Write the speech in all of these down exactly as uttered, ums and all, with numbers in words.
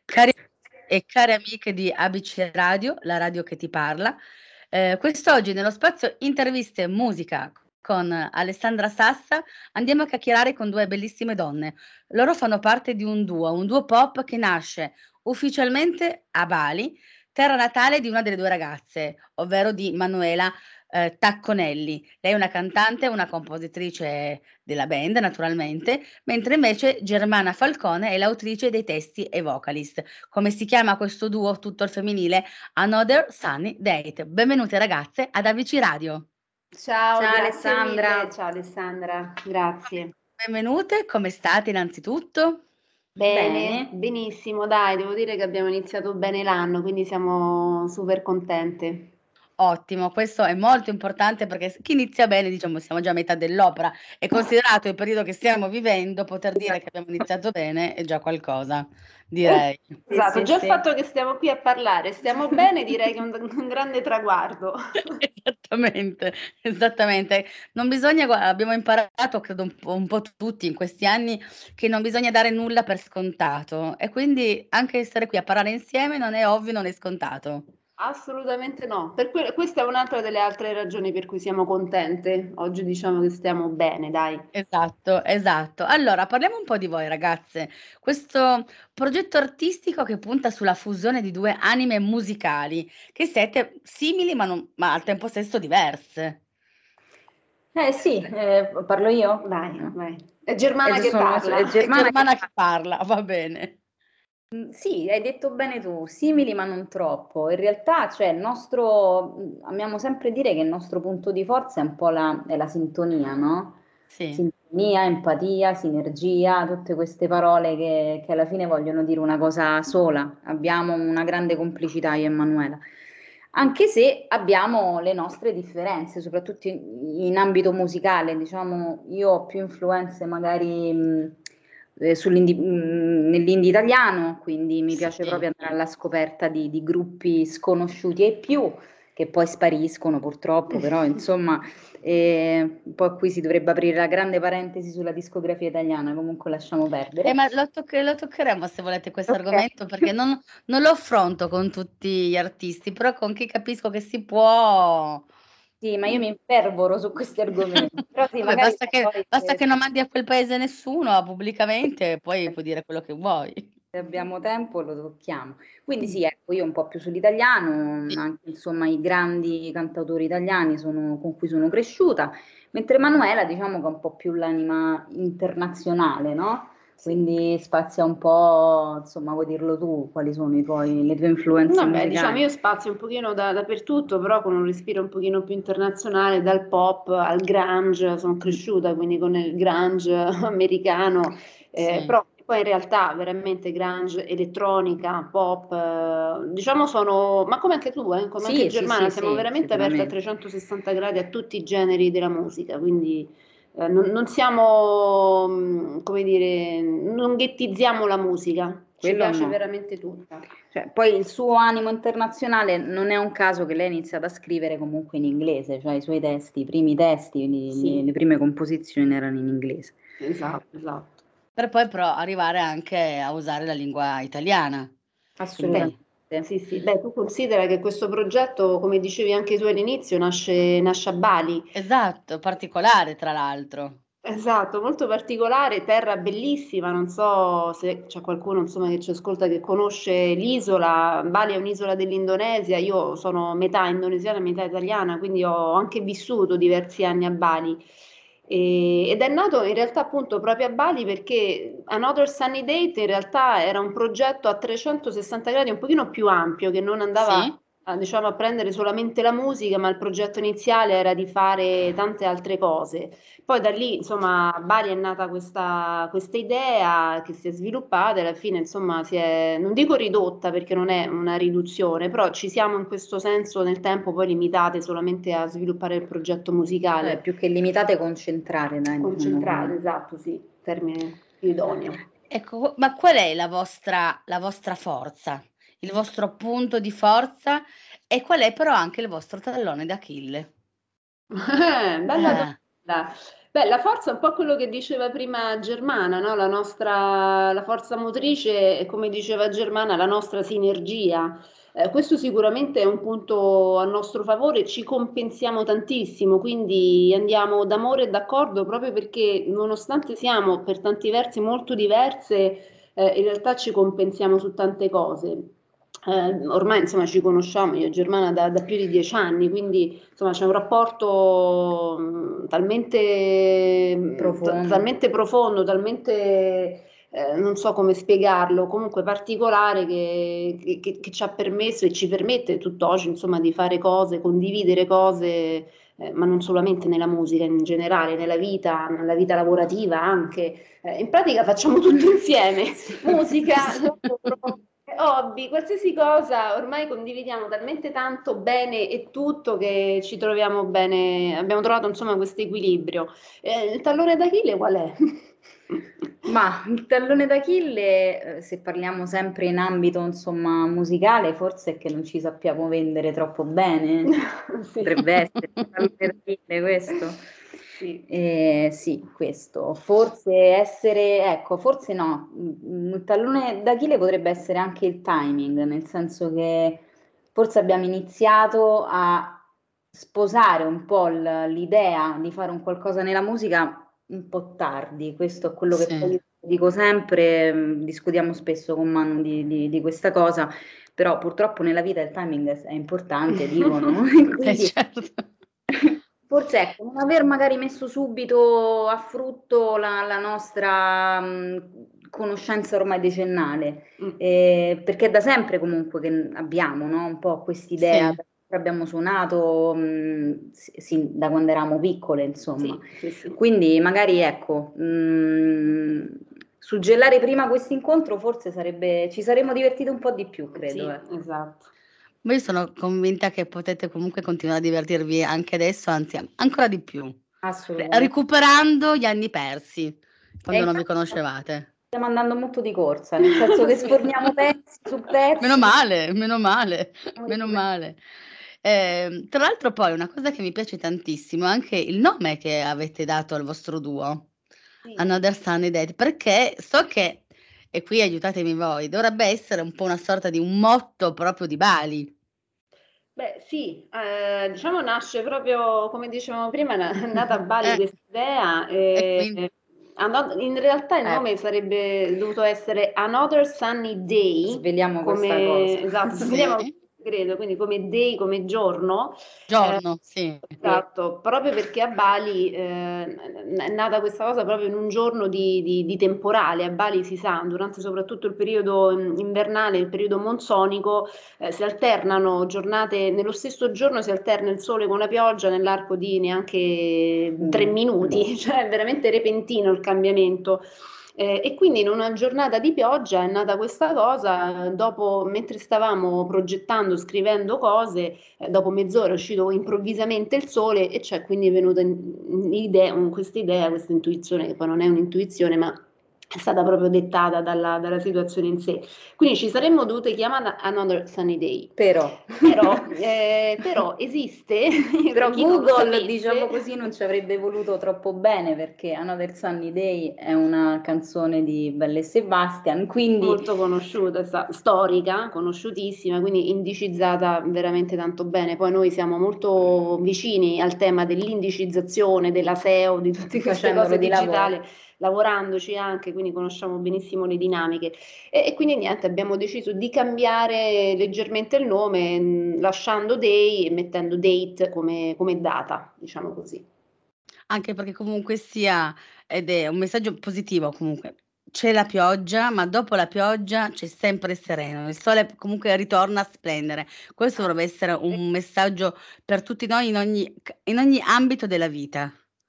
Cari e care amiche di A B C Radio, la radio che ti parla, ehm, quest'oggi nello spazio interviste e musica con Alessandra Sassa andiamo a chiacchierare con due bellissime donne. Loro fanno parte di un duo, un duo pop che nasce ufficialmente a Bali, terra natale di una delle due ragazze, ovvero di Manuela, ehm, Tacconelli. Lei è una cantante, una compositrice della band naturalmente, mentre invece Germana Falcone è l'autrice dei testi e vocalist. Come si chiama questo duo tutto al femminile? Another Sunny Date. Benvenute ragazze ad A B C Radio. Ciao, Ciao grazie Alessandra. mille. Ciao Alessandra, grazie. Benvenute, come state innanzitutto? Bene, Bene. benissimo, dai, devo dire che abbiamo iniziato bene l'anno, quindi siamo super contente. Ottimo, questo è molto importante perché s chi inizia bene, diciamo, siamo già a metà dell'opera e considerato il periodo che stiamo vivendo, poter dire che abbiamo iniziato bene è già qualcosa, direi. Sì, Esatto, sì, già il sì. fatto che stiamo qui a parlare, stiamo bene, direi che è un, un grande traguardo. Esattamente, esattamente. Non bisogna gua abbiamo imparato, credo un po' un po' tutti in questi anni, che non bisogna dare nulla per scontato e quindi anche essere qui a parlare insieme non è ovvio, non è scontato. Assolutamente no. Per que- questa è un'altra delle altre ragioni per cui siamo contente. Oggi diciamo che stiamo bene, dai. Esatto, esatto. Allora parliamo un po' di voi ragazze. Questo progetto artistico che punta sulla fusione di due anime musicali, che siete simili ma non ma al tempo stesso diverse. Eh sì, eh, parlo io? Vai, No. vai. È Eh, Germana che sono, parla. è È Germana che Germana che parla. parla, va bene. Mm, Sì, hai detto bene tu, simili ma non troppo. In realtà, cioè, il nostro, mm, amiamo sempre dire che il nostro punto di forza è un po' la, è la sintonia, no? Sì. Sintonia, empatia, sinergia, tutte queste parole che, che alla fine vogliono dire una cosa sola. Abbiamo una grande complicità io e Emanuela. Anche se abbiamo le nostre differenze, soprattutto in, in ambito musicale, diciamo, io ho più influenze magari mh, eh, sull'indie- mh, nell'indie italiano, quindi mi piace Sì. proprio andare alla scoperta di, di gruppi sconosciuti e più, che poi spariscono purtroppo, però insomma, eh, poi qui si dovrebbe aprire la grande parentesi sulla discografia italiana, comunque lasciamo Eh, perdere. ma lo tocche lo toccheremo se volete questo Ok. argomento, perché non non lo affronto con tutti gli artisti, però con chi capisco che si può. Sì, ma io mi infervoro su questi argomenti, però sì, Vabbè, magari basta che poi basta se, che non mandi a quel paese nessuno pubblicamente, poi puoi dire quello che vuoi. se abbiamo tempo lo tocchiamo. Quindi Mh. sì, ecco, io un po' più sull'italiano, Sì, anche insomma i grandi cantautori italiani sono- con cui sono cresciuta, mentre Manuela diciamo che ha un po' più l'anima internazionale, no? Sì. Quindi spazia un po', insomma, vuoi dirlo tu, quali sono i tuoi- le tue influenze Vabbè, diciamo, musicali? io spazio un pochino da- dappertutto, però con un respiro un pochino più internazionale, dal pop al grunge, sono cresciuta quindi con il grunge americano, eh, sì, però poi in realtà veramente grunge, elettronica, pop, eh, diciamo sono, ma come anche tu, eh, come anche Sì, sì, Germana, sì, siamo sì, veramente aperti a sicuramente. trecentosessanta gradi a tutti i generi della musica, quindi eh, non, non siamo, mm, come dire, non ghettizziamo la musica, ci Quello piace no. veramente tutta. Cioè, poi il suo animo internazionale non è un caso che lei ha iniziato a scrivere comunque in inglese, cioè i suoi testi, i primi testi, le, Sì. le prime composizioni erano in inglese. Esatto, esatto. per poi però arrivare anche a usare la lingua italiana. Beh, Assolutamente. sì, sì. Beh, tu considera che questo progetto, come dicevi anche tu all'inizio, nasce, nasce a Bali. Esatto, particolare tra l'altro. Esatto, molto particolare, terra bellissima, non so se c'è qualcuno insomma, che ci ascolta che conosce l'isola. Bali è un'isola dell'Indonesia, io sono metà indonesiana, metà italiana, quindi ho anche vissuto diversi anni a Bali. E- ed è nato in realtà appunto proprio a Bali perché Another Sunny Date in realtà era un progetto a trecentosessanta gradi un pochino più ampio che non andava Sì? a, diciamo, a prendere solamente la musica, ma il progetto iniziale era di fare tante altre cose. Poi da lì, insomma, a Bari è nata questa, questa idea che si è sviluppata e alla fine, insomma, si è, non dico ridotta perché non è una riduzione, però ci siamo in questo senso nel tempo poi limitate solamente a sviluppare il progetto Cioè, musicale. più che limitate, concentrate, dai, diciamo Concentrate, così. esatto, sì, termine più idoneo. Ecco, ma qual è la vostra la vostra forza? Il vostro punto di forza e qual è però anche il vostro tallone d'Achille? Bella Eh, domanda. Beh, la forza è un po' quello che diceva prima Germana, no? La nostra, la forza motrice, e come diceva Germana, la nostra sinergia. Eh, questo sicuramente è un punto a nostro favore, ci compensiamo tantissimo, quindi andiamo d'amore e d'accordo proprio perché nonostante siamo per tanti versi molto diverse, eh, in realtà ci compensiamo su tante cose. Eh, ormai insomma ci conosciamo io e Germana da, da più di dieci anni, quindi insomma c'è un rapporto mh, talmente, mh, ta- Profondo. talmente profondo, talmente eh, non so come spiegarlo, comunque particolare che, che- che ci ha permesso e ci permette tutt'oggi insomma di fare cose, condividere cose, eh, ma non solamente nella musica, in generale, nella vita, nella vita lavorativa anche. Eh, in pratica facciamo tutto insieme, musica, lavoro, hobby, qualsiasi cosa, ormai condividiamo talmente tanto bene e tutto che ci troviamo bene, abbiamo trovato insomma questo equilibrio. Eh, il tallone d'Achille qual è? Ma il tallone d'Achille, eh, se parliamo sempre in ambito, insomma, musicale, forse è che non ci sappiamo vendere troppo bene. Sì. Potrebbe essere il tallone d'Achille questo. Sì. Eh, sì, questo. Forse essere, ecco, forse no. Mm, Il tallone d'Achille potrebbe essere anche il timing, nel senso che forse abbiamo iniziato a sposare un po' l- l'idea di fare un qualcosa nella musica un po' tardi. Questo è quello che poi Sì. io dico sempre, mh, discutiamo spesso con Manu di, di- di questa cosa, però purtroppo nella vita il timing è, è importante, dicono, e Eh, quindi certo. forse ecco, non aver magari messo subito a frutto la, la nostra mh, conoscenza ormai decennale, Mm. eh, perché da sempre comunque che abbiamo, no? Un po' quest'idea, Sì. da sempre abbiamo suonato mh, sì, sì, da quando eravamo piccole, insomma. Sì, sì, sì. Quindi magari ecco, mh, suggellare prima questo incontro forse sarebbe, ci saremmo divertiti un po' di più, credo, Sì, ecco. esatto. Ma io sono convinta che potete comunque continuare a divertirvi anche adesso, anzi ancora di più, Re- Assolutamente. recuperando gli anni persi, E quando non vi infatti conoscevate. stiamo andando molto di corsa, nel senso che Sì. sforniamo pezzi su pezzi. Meno male, meno male, Stiamo meno recuperando. male. Ehm, tra l'altro poi una cosa che mi piace tantissimo è anche il nome che avete dato al vostro duo, Sì. Another Sunny Day, perché so che, e qui aiutatemi voi, dovrebbe essere un po' una sorta di un motto proprio di Bali. Beh, sì, eh, diciamo nasce proprio, come dicevamo prima, è è nata a Bali Eh, questa idea. e E, quindi ano- in realtà il Eh, nome sarebbe dovuto essere Another Sunny Day, sveliamo questa come, cosa. esatto, sì, vediamo credo, quindi come day, come giorno. Eh, giorno, sì. esatto, proprio perché a Bali eh, è nata questa cosa proprio in un giorno di, di- di temporale. A Bali si sa, durante soprattutto il periodo mm, invernale, il periodo monsonico, eh, si alternano giornate, nello stesso giorno si alterna il sole con la pioggia nell'arco di neanche tre Mm. minuti, cioè è veramente repentino il cambiamento. Eh, e quindi in una giornata di pioggia è nata questa cosa, dopo, mentre stavamo progettando, scrivendo cose, eh, dopo mezz'ora è uscito improvvisamente il sole e c'è quindi venuta in- idea, un- questa idea, questa intuizione, che poi non è un'intuizione, ma è stata proprio dettata dalla, dalla situazione in sé. Quindi ci saremmo dovute chiamare Another Sunny Day. Però, Però, eh, però esiste, per però chi non lo Google, diciamo sapesse, così, non ci avrebbe voluto troppo bene perché Another Sunny Day è una canzone di Belle e Sebastian, quindi molto conosciuta, sta- storica, conosciutissima, quindi indicizzata veramente tanto bene. Poi noi siamo molto vicini al tema dell'indicizzazione, della S E O, di tutte queste facendolo cose di digitali, lavoro. lavorandoci anche, quindi conosciamo benissimo le dinamiche. E, e quindi niente, abbiamo deciso di cambiare leggermente il nome, mh, lasciando day e mettendo date come, come data, diciamo così. Anche perché comunque sia ed è un messaggio positivo comunque. C'è la pioggia, ma dopo la pioggia c'è sempre il sereno, il sole comunque ritorna a splendere. Questo dovrebbe essere un messaggio per tutti noi in ogni c in ogni ambito della vita,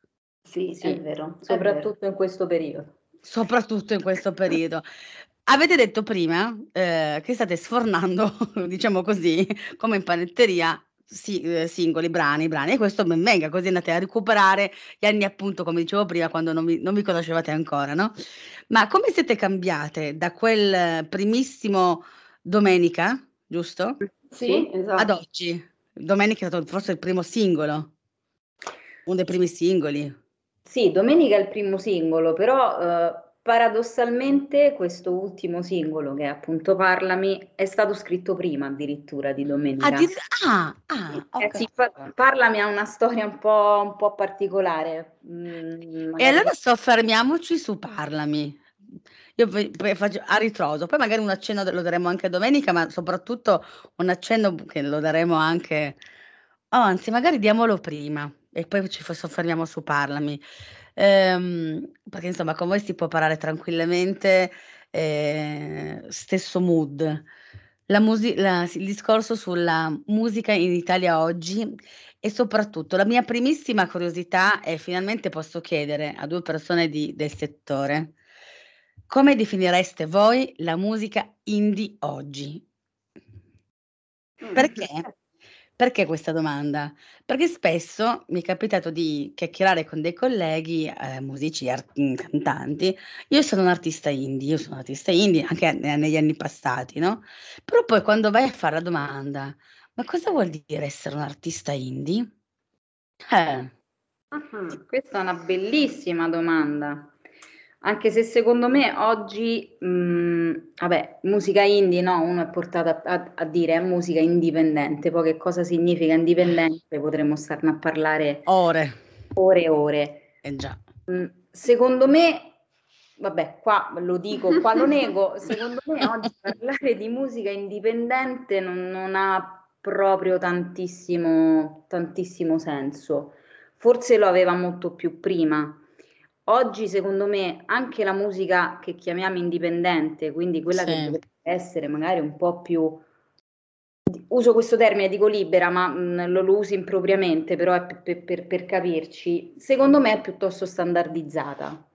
Sì, è Sì, vero, è vero. soprattutto in questo periodo. soprattutto in questo periodo. Avete detto prima, ehm, che state sfornando, diciamo così, come in panetteria, si ehm, singoli, brani, brani e questo ben venga, così andate a recuperare gli anni appunto, come dicevo prima, quando non vi non vi conoscevate ancora, no, ma come siete cambiate da quel primissimo Domenica, giusto? Sì, Sì? Ad esatto. oggi. Domenica è stato forse il primo singolo, uno dei Sì. primi singoli. Sì, Domenica è il primo singolo, però eh, paradossalmente questo ultimo singolo, che è appunto Parlami, è stato scritto prima addirittura di Domenica. Addir- ah, Sì, ah, eh ok. sì, pa- Parlami ha una storia un po', un po' particolare, mm, E magari allora soffermiamoci su Parlami. Io poi- poi faccio a ritroso, poi magari un accenno lo daremo anche domenica, ma soprattutto un accenno che lo daremo anche, oh, anzi, magari diamolo prima e poi ci fo- soffermiamo su Parlami. Ehm, perché insomma con voi si può parlare tranquillamente, eh, stesso mood. La musi- la- il discorso sulla musica in Italia oggi e soprattutto la mia primissima curiosità è finalmente posso chiedere a due persone di del settore, come definireste voi la musica indie oggi? Perché? Mm. Perché questa domanda? Perché spesso mi è capitato di chiacchierare con dei colleghi, ehm, musici, ar mhmm, cantanti. Io sono un artista indie, io sono artista indie anche ne negli anni passati, no, però poi quando vai a far la domanda: "Ma cosa vuol dire essere un artista indie?" Eh. Ah, questa è una bellissima domanda, anche se secondo me oggi, mh, vabbè, musica indie, no, uno è portato a, a- a dire è musica indipendente, poi che cosa significa indipendente potremmo starne a parlare Ore. ore e ore. Eh già. Mm, Secondo me, vabbè, qua lo dico, qua lo nego, secondo me oggi parlare di musica indipendente non, non ha proprio tantissimo, tantissimo senso. Forse lo aveva molto più prima. Oggi, secondo me, anche la musica che chiamiamo indipendente, quindi quella che Sì. dovrebbe essere magari un po' più, uso questo termine, dico libera, ma mh, lo, lo usi impropriamente, però è per, per- per capirci, secondo me è piuttosto standardizzata.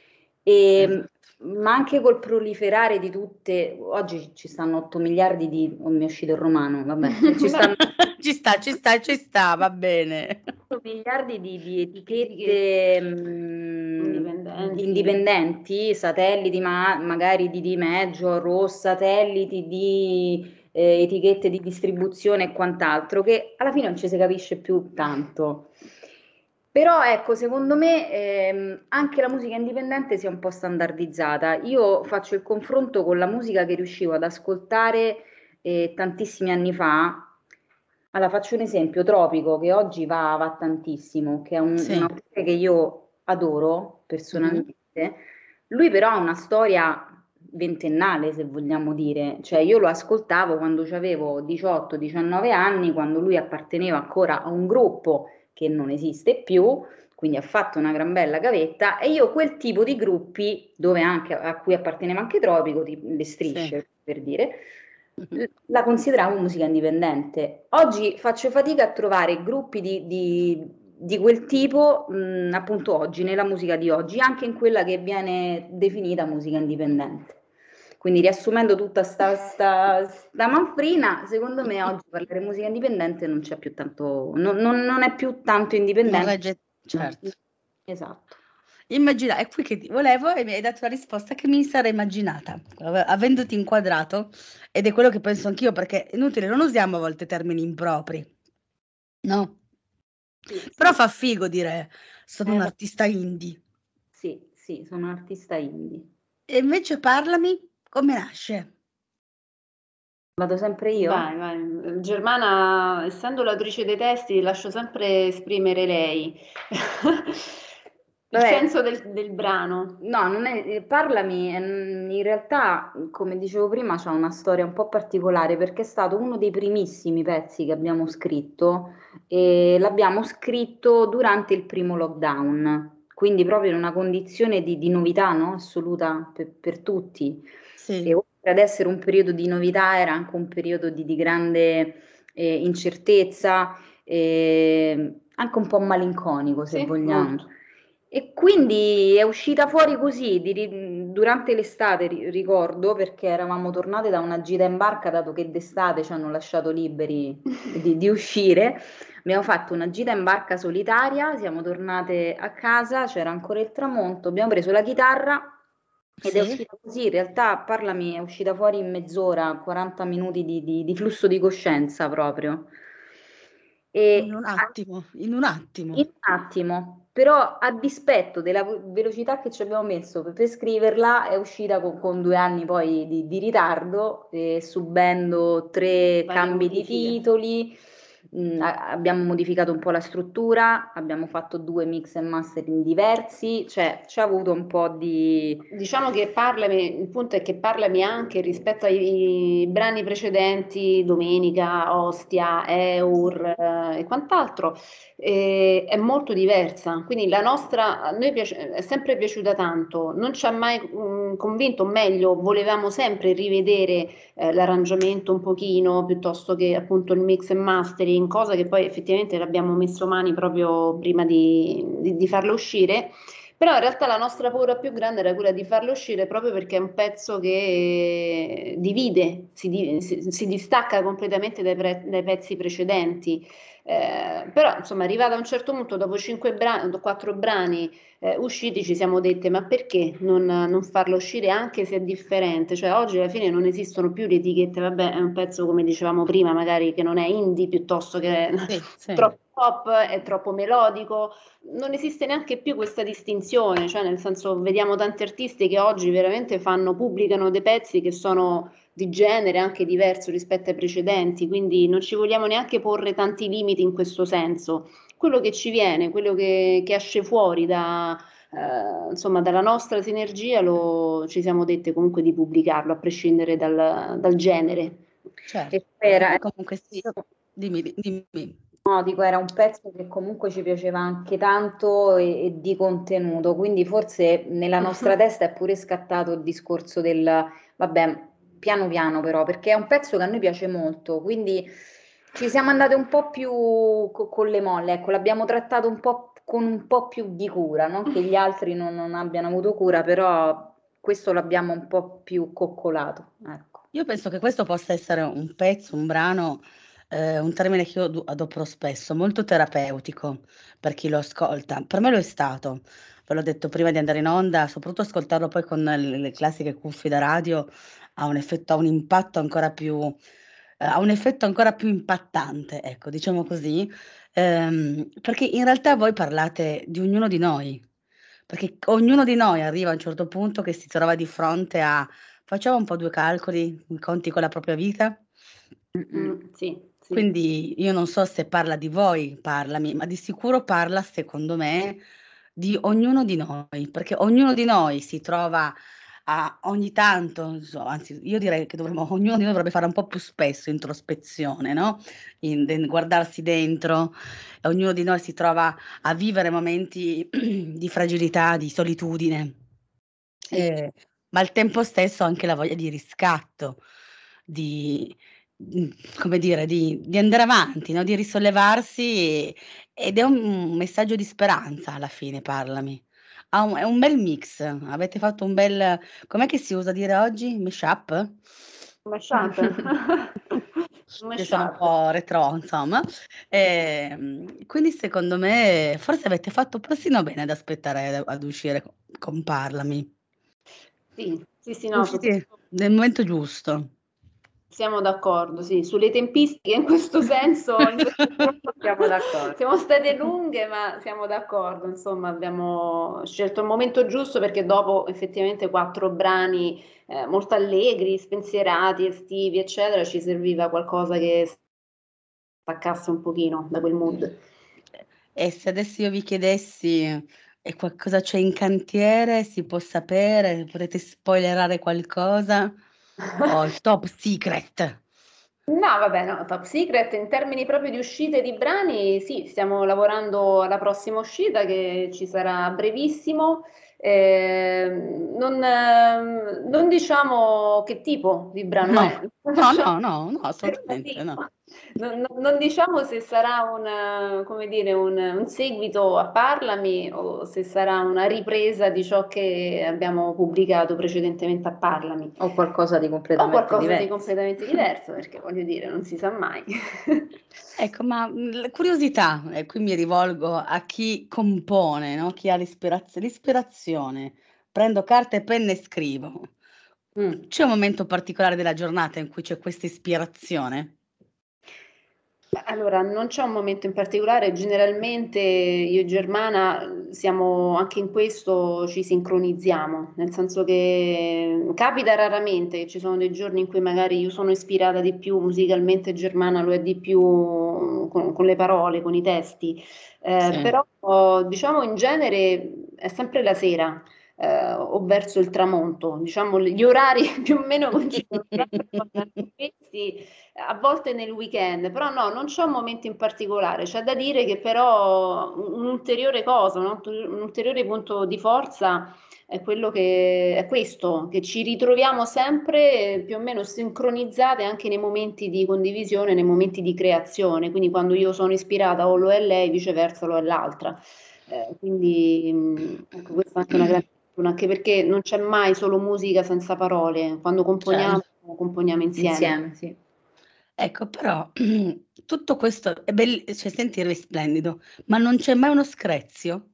E, Esatto. ma anche col proliferare di tutte, oggi ci stanno otto miliardi di, oh, mi è uscito il romano, vabbè, ci stanno Ci sta, ci sta, ci sta, va bene. otto miliardi di, di Etichette etichette mh, indipendenti. indipendenti, satelliti ma magari di, di major o satelliti di eh, etichette di distribuzione e quant'altro, che alla fine non ci si capisce più tanto. Però ecco, secondo me ehm, anche la musica indipendente si è un po' standardizzata. Io faccio il confronto con la musica che riuscivo ad ascoltare eh, tantissimi anni fa. Allora, faccio un esempio, Tropico, che oggi va, va tantissimo, che è un, un Sì. autore che io adoro Mh-mh. personalmente. Lui però ha una storia ventennale, se vogliamo dire, cioè io lo ascoltavo quando avevo diciotto diciannove anni, quando lui apparteneva ancora a un gruppo che non esiste più, quindi ha fatto una gran bella gavetta e io quel tipo di gruppi, dove anche, a cui apparteneva anche Tropico, tipo le Sì. Strisce per dire, Mh-mh. la consideravo musica indipendente. Oggi faccio fatica a trovare gruppi di, di- di quel tipo, mh, appunto oggi, nella musica di oggi, anche in quella che viene definita musica indipendente. Quindi riassumendo tutta sta, sta, sta manfrina, secondo me oggi parlare di musica indipendente non c'è più tanto, non, non- non è più tanto Non indipendente. regge certo. Esatto. Immagina è qui che ti volevo e mi hai dato la risposta che mi sarei immaginata, ave avendoti inquadrato, ed è quello che penso anch'io, perché è inutile, non usiamo a volte termini impropri, no, Sì, però sì, fa figo dire: "Sono un eh, artista indie". sì, sì, sono un artista indie. E invece Parlami come nasce? Vado sempre io? Vai, vai. Germana, essendo l'autrice dei testi, lascio sempre esprimere lei il Vabbè, senso del, del brano. no, non è, eh, parlami, ehm, in realtà, come dicevo prima, c'ha una storia un po' particolare perché è stato uno dei primissimi pezzi che abbiamo scritto e l'abbiamo scritto durante il primo lockdown, quindi proprio in una condizione di, di novità, no? Assoluta per, per tutti. E Sì, oltre ad essere un periodo di novità, era anche un periodo di, di grande eh, incertezza, eh, anche un po' malinconico, se Sì, vogliamo. molto. E quindi è uscita fuori così di- ri- durante l'estate, ri- ricordo, perché eravamo tornate da una gita in barca, dato che d'estate ci hanno lasciato liberi di, di uscire. Abbiamo fatto una gita in barca solitaria, siamo tornate a casa, c'era ancora il tramonto, abbiamo preso la chitarra ed è sì, uscita così. In realtà, parlami, è uscita fuori in mezz'ora, quaranta minuti di, di- di flusso di coscienza proprio. E In un attimo, in un attimo. in un attimo, però a dispetto della vo- velocità che ci abbiamo messo per, per scriverla, è uscita con, con due anni poi di, di ritardo, eh, subendo tre Varie cambi di modifiche. titoli. Mm, a- abbiamo modificato un po' la struttura, abbiamo fatto due mix e mastering diversi, cioè ci ha avuto un po' di... Diciamo che parlami, il punto è che parlami anche rispetto ai, ai brani precedenti, Domenica, Ostia, Eur eh, e quant'altro, eh, è molto diversa. Quindi la nostra, a noi piace- è sempre piaciuta tanto, non ci ha mai mm, convinto, o meglio, volevamo sempre rivedere eh, l'arrangiamento un pochino, piuttosto che appunto il mix e mastering, cosa che poi effettivamente l'abbiamo messo mani proprio prima di, di di farlo uscire. Però in realtà la nostra paura più grande era quella di farlo uscire proprio perché è un pezzo che divide, si, di- si- si distacca completamente dai, pre- dai pezzi precedenti. Eh, però insomma, arrivata a un certo punto, dopo cinque brani, quattro brani eh, usciti, ci siamo dette: ma perché non, non farlo uscire anche se è differente? Cioè, oggi alla fine non esistono più le etichette, vabbè, è un pezzo come dicevamo prima, magari che non è indie piuttosto che Sì, sì. troppo pop, è troppo melodico, non esiste neanche più questa distinzione, cioè nel senso vediamo tanti artisti che oggi veramente fanno, pubblicano dei pezzi che sono di genere anche diverso rispetto ai precedenti, quindi non ci vogliamo neanche porre tanti limiti in questo senso. Quello che ci viene, quello che, che esce fuori da, eh, insomma, dalla nostra sinergia, lo, ci siamo dette comunque di pubblicarlo, a prescindere dal, dal genere. Certo. E era, Comunque sì, dimmi, dimmi. no, dico, era un pezzo che comunque ci piaceva anche tanto e, e di contenuto, quindi forse nella nostra testa è pure scattato il discorso del, vabbè, piano piano però, perché è un pezzo che a noi piace molto, quindi ci siamo andate un po' più co- con le molle, ecco, l'abbiamo trattato un po' con un po' più di cura, non che gli altri non, non abbiano avuto cura, però questo l'abbiamo un po' più coccolato, ecco. Io penso che questo possa essere un pezzo, un brano, eh, un termine che io adu- adopero spesso, molto terapeutico per chi lo ascolta. Per me lo è stato, ve l'ho detto prima di andare in onda, soprattutto ascoltarlo poi con le, le classiche cuffie da radio ha un effetto, ha un impatto ancora più, eh, ha un effetto ancora più impattante, ecco, diciamo così, ehm, perché in realtà voi parlate di ognuno di noi, perché ognuno di noi arriva a un certo punto che si trova di fronte a facciamo un po' due calcoli, i conti con la propria vita. Mm, sì, sì. Quindi io non so se parla di voi, parlami, ma di sicuro parla, secondo me, di ognuno di noi, perché ognuno di noi si trova a ogni tanto, non so, anzi, io direi che dovremmo, ognuno di noi dovrebbe fare un po' più spesso introspezione, no? In- de- guardarsi dentro, e ognuno di noi si trova a vivere momenti di fragilità, di solitudine. Sì. Eh, ma al tempo stesso anche la voglia di riscatto, di, mhmm, come dire, di di andare avanti, no, di risollevarsi e ed è un messaggio di speranza alla fine, parlami. Ha un è un bel mix, avete fatto un bel com'è che si usa dire oggi? Mashup? Mashup. Io sono un Mashup. po' retrò insomma, ehm, quindi secondo me forse avete fatto persino bene ad aspettare ad uscire co con Parlami. Sì, sì, sì, Siete no, su usciti questo nel momento giusto. siamo d'accordo, sì, sulle tempistiche in questo senso, in questo senso Siamo d'accordo. siamo state lunghe, ma siamo d'accordo, insomma, abbiamo scelto il momento giusto perché dopo effettivamente quattro brani eh, molto allegri, spensierati, estivi, eccetera, ci serviva qualcosa che staccasse un pochino da quel mood. E se adesso io vi chiedessi, e qualcosa c'è in cantiere, si può sapere? Potete spoilerare qualcosa? O il top secret? No, vabbè, no, Top Secret in termini proprio di uscite di brani, sì, stiamo lavorando alla prossima uscita che ci sarà a brevissimo. Ehm, non, ehm, non diciamo che tipo di brano No, è, no, no, no, no, questo assolutamente sì. no. Non, non- non diciamo se sarà un, eh, come dire, un, un seguito a Parlami o se sarà una ripresa di ciò che abbiamo pubblicato precedentemente a Parlami. O qualcosa di O completamente qualcosa di diverso. completamente diverso, perché voglio dire, non si sa mai. Ecco, ma, mhmm, l curiosità, e qui mi rivolgo a chi compone, no, chi ha l'ispiraz l'ispirazione. Prendo carta e penna e scrivo. Mm. C'è un momento particolare della giornata in cui c'è questa ispirazione? Allora, non c'è un momento in particolare, generalmente io e Germana siamo anche in questo ci sincronizziamo, nel senso che capita raramente che ci sono dei giorni in cui magari io sono ispirata di più musicalmente, Germana lo è di più con, con le parole, con i testi. Eh, Sì. però oh, diciamo in genere è sempre la sera. Eh, o verso il tramonto, diciamo gli orari più o meno coincidono sempre con questi, a volte nel weekend, però no, non c'è un momento in particolare. C'è da dire che però un'ulteriore cosa, un, un ulteriore punto di forza è quello che è questo, che ci ritroviamo sempre più o meno sincronizzate anche nei momenti di condivisione, nei momenti di creazione. Quindi quando io sono ispirata o lo è lei, viceversa lo è l'altra. Eh, quindi mh, ecco, questa è anche una grande fortuna, anche perché non c'è mai solo musica senza parole. Quando componiamo, Certo. componiamo insieme. Insieme, sì. Ecco, però tutto questo è bello, cioè sentirvi splendido, ma non c'è mai uno screzio?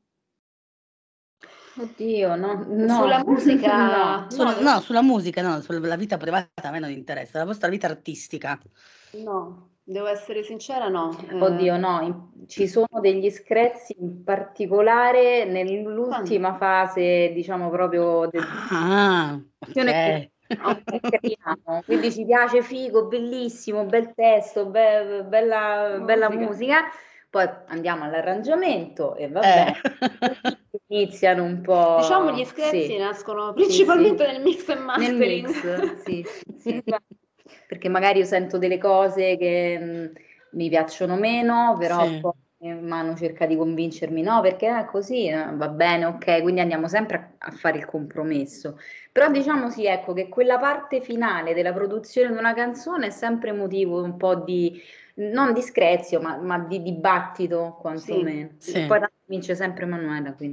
Oddio, no, no, Sulla musica, no. Sul- no, devo- no, sulla musica, no, sulla vita privata a me non interessa, la vostra vita artistica. no, devo essere sincera, no. Eh, Oddio, no, in- ci sono degli screzi in particolare nell'ultima fase, diciamo proprio del Ah, ok. ok. creiamo. Quindi ci piace, figo, bellissimo, bel testo, be- bella, bella Musica. musica, poi andiamo all'arrangiamento e va Eh. bene. Iniziano un po'. Diciamo gli screzi sì, nascono sì, principalmente sì. nel mix e Nel mastering. mix, sì, sì, sì. Perché magari io sento delle cose che mh, mi piacciono meno, però Sì. poi Manu cerca di convincermi, no, perché è così, eh, va bene, ok, quindi andiamo sempre a, a fare il compromesso. Però diciamo sì, ecco, che quella parte finale della produzione di una canzone è sempre motivo un po' di, non di screzio, ma, ma di dibattito, quantomeno. Sì. Poi tanto vince sempre Manuela, quindi.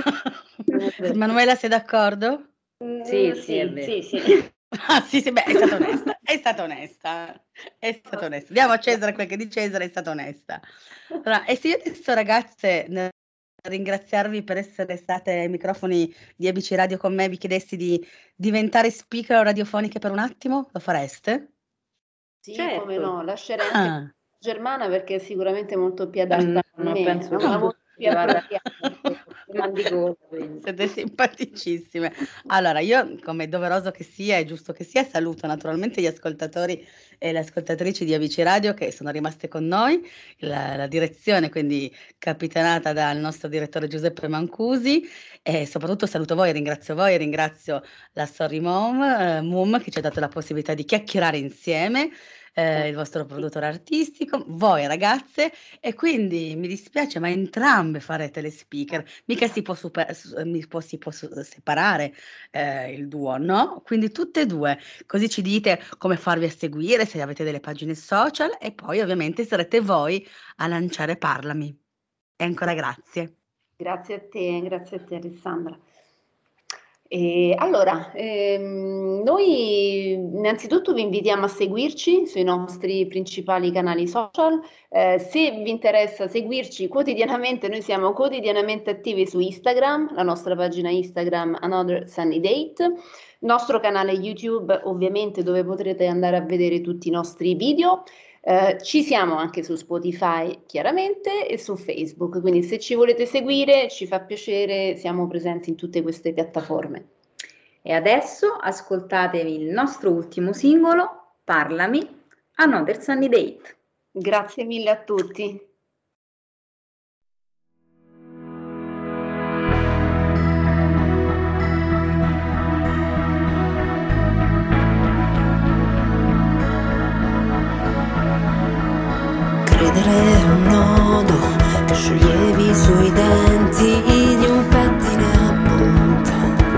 Manuela, sei d'accordo? Sì, Mm, sì, è sì, vero. sì, sì. Ah, sì, sì, beh, è stata onesta, è stata onesta, è stata onesta. Diamo a Cesare quel che è di Cesare, è stata onesta. Allora, e se io adesso, ragazze, nel ringraziarvi per essere state ai microfoni di A B C Radio con me, vi chiedessi di diventare speaker radiofoniche per un attimo, lo fareste? Sì, Certo. come no, lascerei anche Ah, Germana perché è sicuramente molto più adatta a No, me, penso è che una no. voce più vada appropriata. mal di gola, quindi. Siete simpaticissime. Allora, io, come è doveroso che sia, è giusto che sia, saluto naturalmente gli ascoltatori e le ascoltatrici di A B C Radio che sono rimaste con noi, la, la direzione quindi capitanata dal nostro direttore Giuseppe Mancusi, e soprattutto saluto voi, ringrazio voi, ringrazio la Sorry Mom, eh, Mum, che ci ha dato la possibilità di chiacchierare insieme, eh, il vostro produttore artistico, voi ragazze, e quindi mi dispiace, ma entrambe farete le speaker, mica si può, super- s- mi può- si può su- separare eh, il duo, no? Quindi tutte e due, così ci dite come farvi a seguire, se avete delle pagine social, e poi ovviamente sarete voi a lanciare Parlami. E ancora grazie. Grazie a te, grazie a te Alessandra. E allora, ehm, noi innanzitutto vi invitiamo a seguirci sui nostri principali canali social. Eh, se vi interessa seguirci quotidianamente, noi siamo quotidianamente attivi su Instagram, la nostra pagina Instagram Another Sunny Date, nostro canale YouTube ovviamente dove potrete andare a vedere tutti i nostri video. Eh, ci siamo anche su Spotify chiaramente e su Facebook, quindi se ci volete seguire ci fa piacere, siamo presenti in tutte queste piattaforme. E adesso ascoltatevi il nostro ultimo singolo, Parlami, Another Sunny Date. Grazie mille a tutti. Credere è un nodo che scioglievi sui denti di un pettine a punta.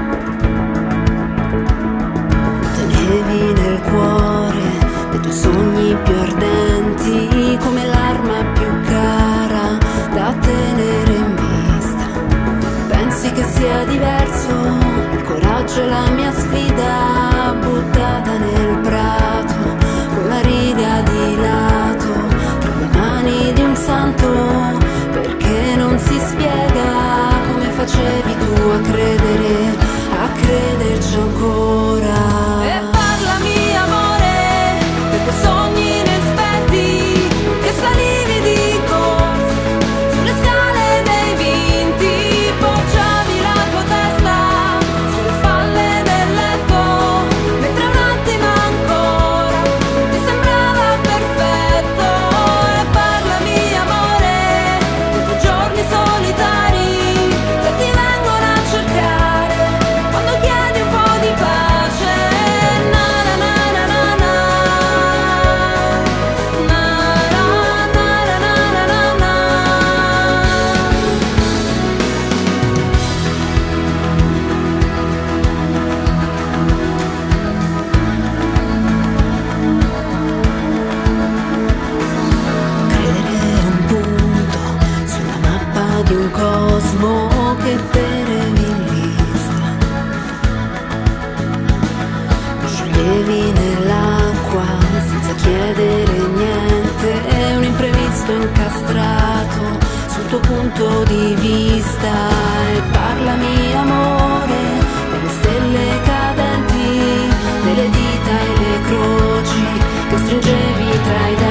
Tenevi nel cuore i tuoi sogni più ardenti come l'arma più cara da tenere in vista. Pensi che sia diverso il coraggio e la mia sfida buttata nel prato con la riga di lato di un santo, perché non si spiega chiedere niente, è un imprevisto incastrato sul tuo punto di vista. E parlami amore, delle stelle cadenti, delle dita e le croci che stringevi tra i denti.